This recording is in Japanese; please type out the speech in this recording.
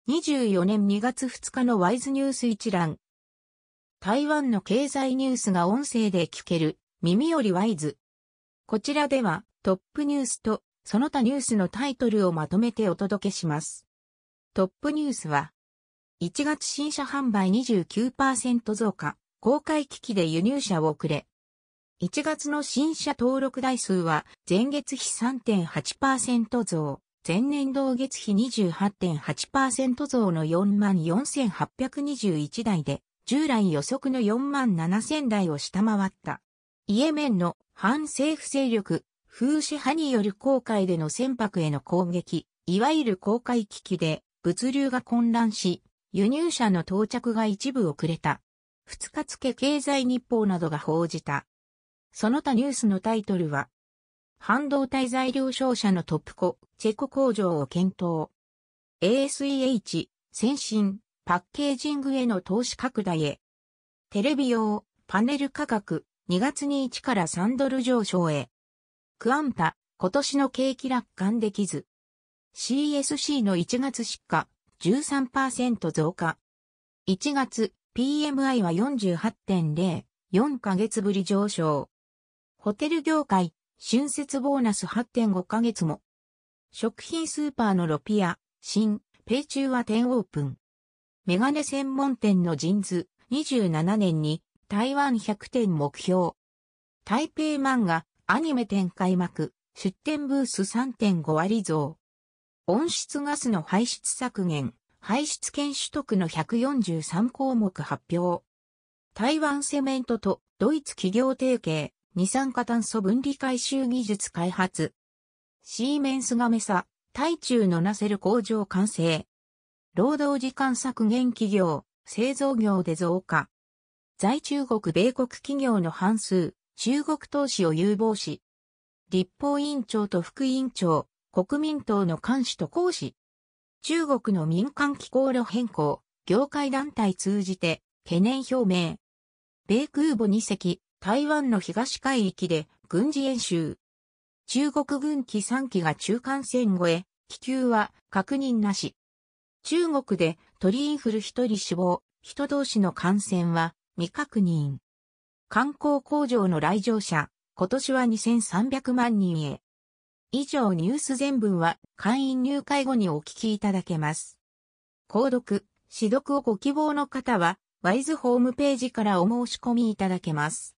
24年2月2日のワイズニュース一覧。台湾の経済ニュースが音声で聞ける、耳よりワイズ。こちらではトップニュースとその他ニュースのタイトルをまとめてお届けします。トップニュースは、1月新車販売 29% 増加、公開機器で輸入車遅れ。1月の新車登録台数は前月比 3.8% 増。前年同月比 28.8% 増の 44,821 台で、従来予測の 47,000 台を下回った。イエメンの反政府勢力、フーシ派による航海での船舶への攻撃、いわゆる航海危機で物流が混乱し、輸入車の到着が一部遅れた。2日付経済日報などが報じた。その他ニュースのタイトルは、半導体材料商社のトップコ、チェコ工場を検討。ASEH、先進、パッケージングへの投資拡大へ。テレビ用、パネル価格、2月に1から3ドル上昇へ。クアンタ、今年の景気楽観できず。CSC の1月出荷、13% 増加。1月、PMI は 48.0、4ヶ月ぶり上昇。ホテル業界、春節ボーナス 8.5 ヶ月も。食品スーパーのロピア、新、ペイ中は10オープン。メガネ専門店のジンズ、27年に台湾100店目標。台北漫画、アニメ展開幕、出店ブース 3.5 割増。温室ガスの排出削減、排出権取得の143項目発表。台湾セメントとドイツ企業提携。二酸化炭素分離回収技術開発。シーメンスがメサ、台中のナセル工場完成。労働時間削減企業、製造業で増加。在中国米国企業の半数、中国投資を有望視。立法委員長と副委員長、国民党の監視と行使。中国の民間機航路変更、業界団体通じて、懸念表明。米空母2隻。台湾の東海域で軍事演習。中国軍機3機が中間線越え、気球は確認なし。中国で鳥インフル1人死亡、人同士の感染は未確認。観光工場の来場者、今年は2300万人へ。以上ニュース全文は会員入会後にお聞きいただけます。購読、試読をご希望の方は、ワイズホームページからお申し込みいただけます。